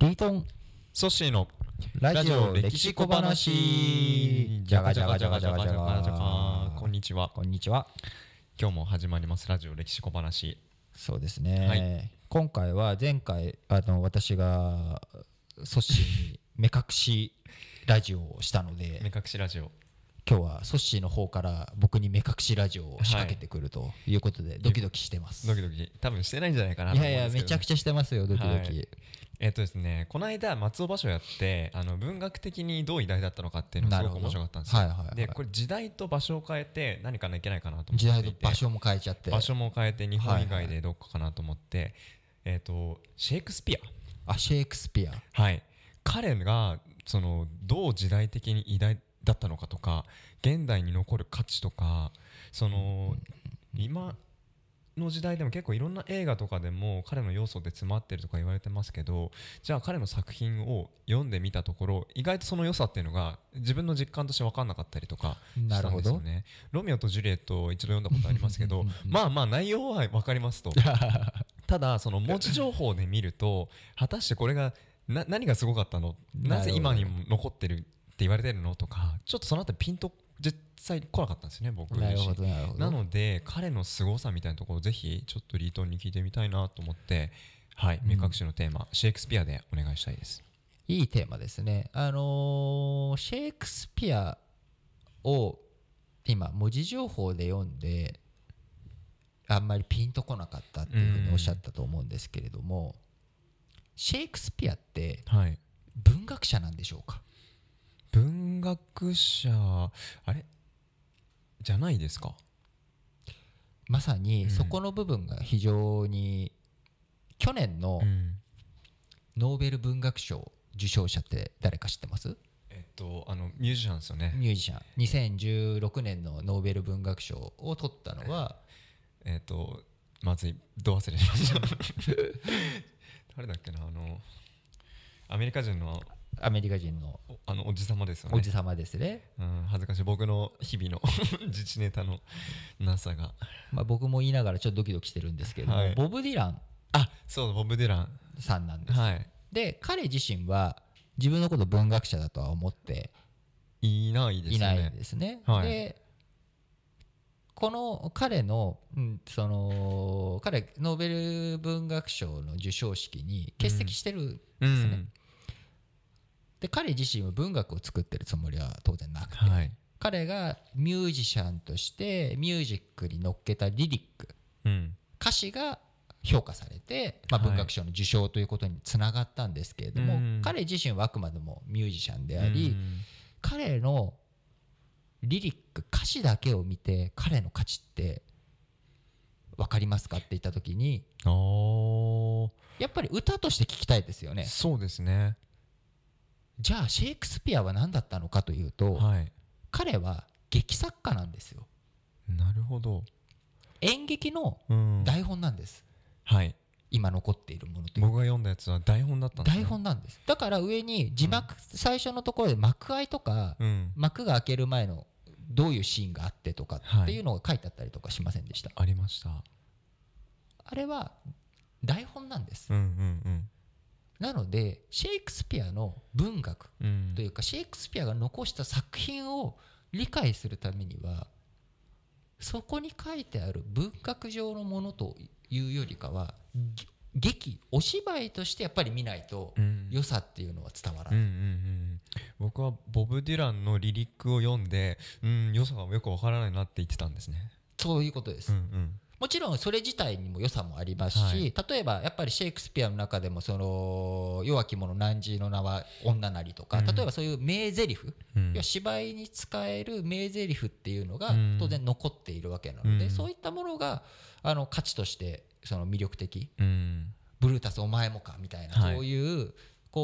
リートンソッシーのラジオ歴史小話じゃがじゃがじゃがじゃがじゃが。 こんにちは。 こんにちは。 今日も始まりますラジオ歴史小話。 そうですね、 はい、 今回は前回私がソッシーに目隠しラジオをしたので目隠しラジオ、 今日はソッシーの方から僕に目隠しラジオを仕掛けてくるということでドキドキしてます。 ドキドキ多分してないんじゃないかなとい思うんですけど。 やいやめちゃくちゃしてますよドキドキ、 はい、ですね、この間松尾芭蕉やって文学的にどう偉大だったのかっていうのがすごく面白かったんですよ。 はいはいはい、 でこれ時代と場所を変えて何かいけないかなと思っていて、 時代と場所も変えちゃって場所も変えて日本以外でどこかなと思って、シェイクスピア、 シェイクスピア、 はい、彼がどう時代的に偉大だったのかとか現代に残る価値とか今の時代でも結構いろんな映画とかでも彼の要素で詰まってるとか言われてますけど、じゃあ彼の作品を読んでみたところ意外とその良さっていうのが自分の実感として分かんなかったりとかしたんですよね。ロミオとジュリエットを一度読んだことありますけどまあ内容は分かりますとただその文字情報で見ると果たしてこれが何がすごかったの、なぜ今にも残ってるって言われてるのとか、ちょっとそのあたりピンと実際来なかったんですね僕自身。なので彼の凄さみたいなところをぜひちょっとリートンに聞いてみたいなと思って、はい、目隠しのテーマ、シェイクスピアでお願いしたいです。 いいテーマですね。シェイクスピアを今文字情報で読んであんまりピンとこなかったっていうふうにおっしゃったと思うんですけれども、シェイクスピアって文学者なんでしょうか？ 文学者あれじゃないですか。 まさにそこの部分が非常に、去年のノーベル文学賞受賞者って誰か知ってます？ ミュージシャンですよね。 ミュージシャン、2016年のノーベル文学賞を取ったのはまずい、ど忘れしました誰だっけな、アメリカ人のおじさまですよね。 おじさまですね、 恥ずかしい僕の日々の自治ネタのなさが、 僕も言いながらちょっとドキドキしてるんですけども、ボブ・ディラン、 そうボブ・ディランさんなんです、 はい、 で彼自身は自分のこと文学者だとは思っていないですね。 はい、でこの彼の、彼ノーベル文学賞の授賞式に欠席してるんですね、で彼自身は文学を作ってるつもりは当然なくて、彼がミュージシャンとしてミュージックに乗っけたリリック、歌詞が評価されて、文学賞の受賞ということにつながったんですけれども、彼自身はあくまでもミュージシャンであり、彼のリリック、歌詞だけを見て彼の価値って分かりますかって言った時に、やっぱり歌として聞きたいですよね。 そうですね。 じゃあシェイクスピアは何だったのかというと、彼は劇作家なんですよ。 なるほど。 演劇の台本なんです、今残っているものという、 僕が読んだやつは台本だったんですね。 台本なんです。だから上に字幕、最初のところで幕開とか、幕が開ける前のどういうシーンがあってとかっていうのが書いてあったりとかしませんでした？ ありました。 あれは台本なんです、なのでシェイクスピアの文学というか、シェイクスピアが残した作品を理解するためにはそこに書いてある文学上のものというよりかはお芝居としてやっぱり見ないと良さっていうのは伝わらない、 僕はボブ・ディランのリリックを読んで良さがよくわからないなって言ってたんですね。 そういうことです、もちろんそれ自体にも良さもありますし、例えばやっぱりシェイクスピアの中でも弱き者汝の名は女なりとか、例えばそういう名台詞、芝居に使える名台詞っていうのが当然残っているわけなので、そういったものが価値として魅力的、ブルータスお前もかみたいな、そういう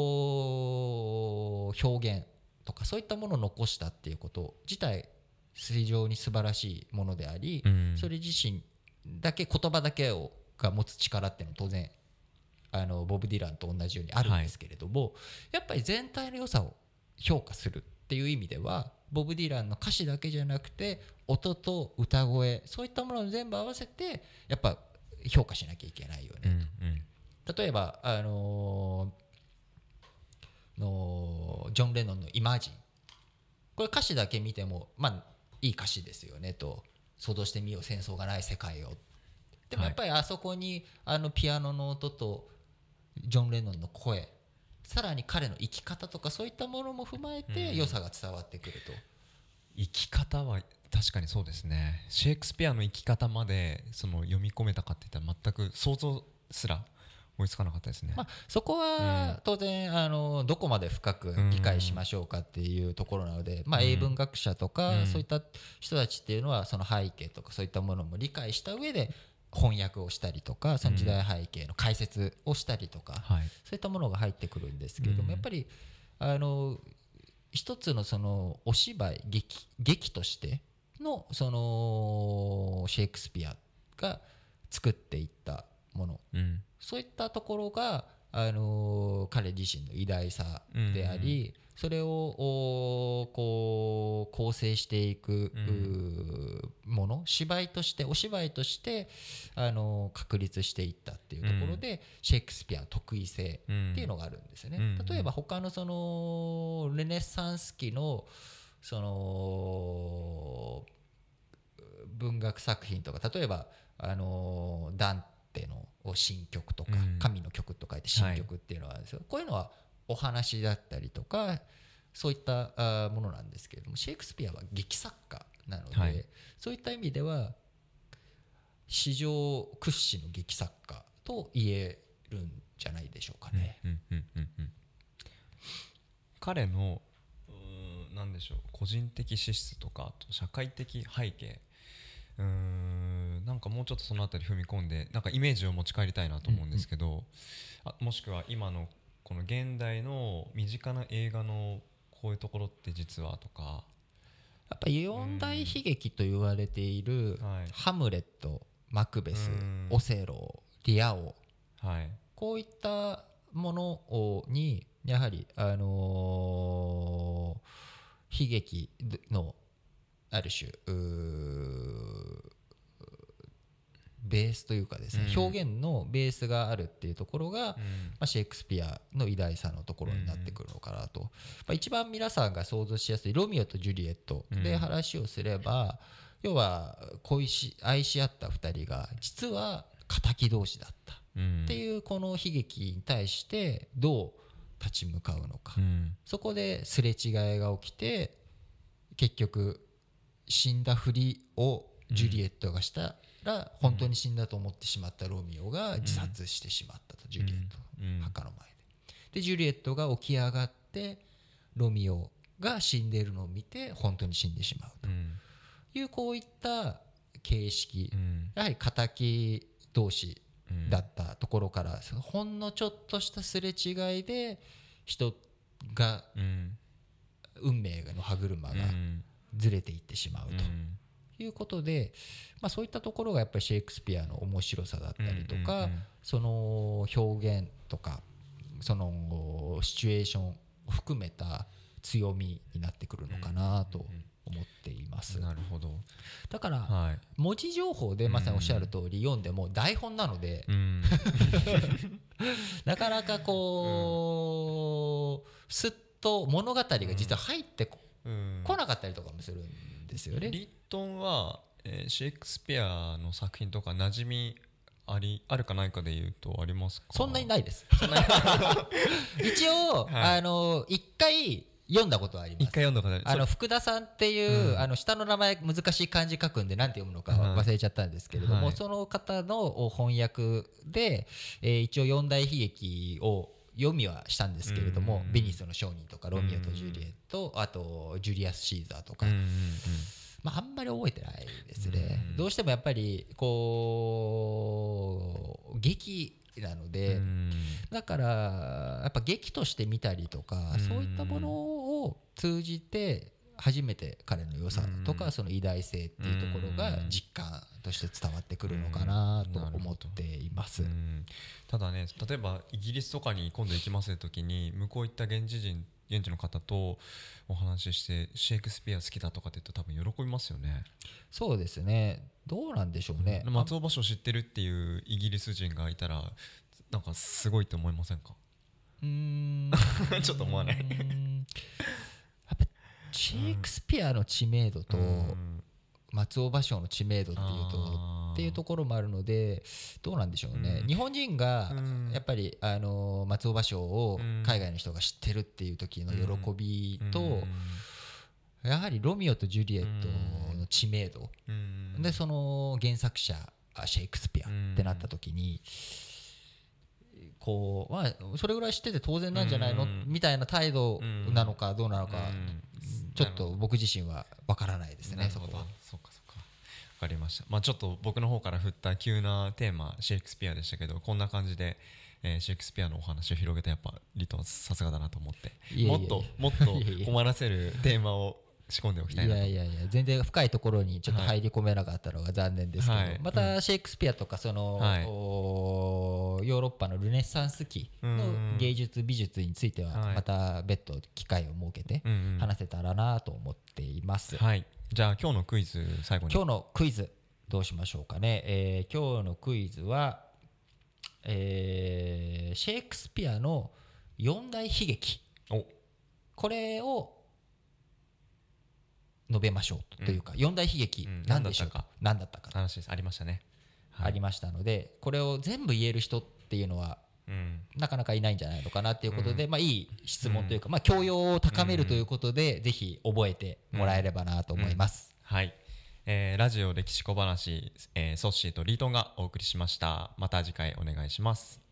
表現とかそういったものを残したっていうこと自体非常に素晴らしいものであり、それ自身だけ言葉だけが持つ力っていうのは当然ボブ・ディランと同じようにあるんですけれども、やっぱり全体の良さを評価するっていう意味ではボブ・ディランの歌詞だけじゃなくて音と歌声、そういったものを全部合わせてやっぱ評価しなきゃいけないよねと、例えばのジョン・レノンのイマジン、これ歌詞だけ見てもまあいい歌詞ですよねと、想像してみよう戦争がない世界を。でもやっぱりあそこにピアノの音とジョン・レノンの声、さらに彼の生き方とかそういったものも踏まえて良さが伝わってくると。 生き方は確かにそうですね。シェイクスピアの生き方まで読み込めたかって言ったら全く想像すら追いつかなかったですね。 まあ、そこは当然どこまで深く理解しましょうかっていうところなので、まあ、英文学者とかそういった人たちっていうのはその背景とかそういったものも理解した上で翻訳をしたりとか、その時代背景の解説をしたりとか、そういったものが入ってくるんですけれども、やっぱり一つのそのお芝居劇としてのそのシェイクスピアが作っていったもの、そういったところが彼自身の偉大さであり、それをこう構成していくもの、芝居としてお芝居として確立していったっていうところで、シェイクスピアの得意性っていうのがあるんですよね。例えば他のそのルネサンス期のその文学作品とか、例えばダンテの新曲とか、神の曲と書いて新曲っていうのはあるんですよ。こういうのはお話だったりとかそういったものなんですけれども、シェイクスピアは劇作家なので、そういった意味では史上屈指の劇作家と言えるんじゃないでしょうかね。 彼のなんでしょう、個人的資質とかあと社会的背景、なんかもうちょっとそのあたり踏み込んでなんかイメージを持ち帰りたいなと思うんですけど、もしくは今のこの現代の身近な映画のこういうところって実はとか、 やっぱり四大悲劇と言われているハムレット、マクベス、オセロ、リア王、こういったものにやはり悲劇のある種ベースというかですね、表現のベースがあるっていうところが、シェイクスピアの偉大さのところになってくるのかなと。一番皆さんが想像しやすいロミオとジュリエットで話をすれば、要は愛し合った2人が実は敵同士だったっていうこの悲劇に対してどう立ち向かうのか、そこですれ違いが起きて結局死んだふりをジュリエットがしたら本当に死んだと思ってしまったロミオが自殺してしまったと、ジュリエットの墓の前でジュリエットが起き上がってロミオが死んでいるのを見て本当に死んでしまうという、こういった形式、やはり敵同士だったところからほんのちょっとしたすれ違いで人が運命の歯車がずれていってしまうということで、そういったところがやっぱりシェイクスピアの面白さだったりとか、その表現とかそのシチュエーションを含めた強みになってくるのかなと思っています。 なるほど。 だから文字情報でまさにおっしゃる通り読んでも台本なのでなかなかこうすっと物語が実は入ってこなかったりとかもするんですよね。 リットンはシェイクスピアの作品とか馴染みあるかないかで言うとありますか？ そんなにないです一応一回読んだことはあります。 一回読んだことある。 福田さんっていう、下の名前難しい漢字書くんで何て読むのか忘れちゃったんですけれども、その方の翻訳で、一応四大悲劇を読みはしたんですけれども、ベニスの商人とかロミオとジュリエット、あとジュリアス・シーザーとか、あんまり覚えてないですね。どうしてもやっぱりこう劇なので、だからやっぱ劇として見たりとか、そういったものを通じて初めて彼の良さとかその偉大性っていうところが実感として伝わってくるのかなと思っています。 ただね、例えばイギリスとかに今度行きますときに向こう行った現地の方とお話ししてシェイクスピア好きだとかって言うと多分喜びますよね。 そうですね。どうなんでしょうね。 松尾芭蕉知ってるっていうイギリス人がいたらなんかすごいと思いませんか？ ちょっと思わないやっぱシェイクスピアの知名度と松尾芭蕉の知名度っていうところもあるので、どうなんでしょうね、日本人がやっぱり松尾芭蕉を海外の人が知ってるっていう時の喜びと、やはりロミオとジュリエットの知名度で、その原作者シェイクスピアってなった時に、こうまあそれぐらい知ってて当然なんじゃないのみたいな態度なのかどうなのか、ちょっと僕自身は分からないですね。そこは。 そうかそうか、分かりました。まあちょっと僕の方から振った急なテーマシェイクスピアでしたけど、こんな感じでシェイクスピアのお話を広げて、やっぱリトンさすがだなと思って、もっと困らせるテーマを仕込んでおきたいなと。 いや全然深いところにちょっと入り込めなかったのが残念ですけど、またシェイクスピアとかその、ヨーロッパのルネサンス期の芸術美術についてはまた別途機会を設けて話せたらなと思っています。 はい、じゃあ今日のクイズ、最後に今日のクイズどうしましょうかね。今日のクイズは、シェイクスピアの四大悲劇、これを述べましょうというか、四大悲劇何でしょうか、何だったか話ありましたね、 ありましたので、これを全部言える人っていうのはなかなかいないんじゃないのかなということで、いい質問というか、教養を高めるということで、ぜひ覚えてもらえればなと思います。 はい、ラジオ歴史小話、ソッシーとリートンがお送りしました。また次回お願いします。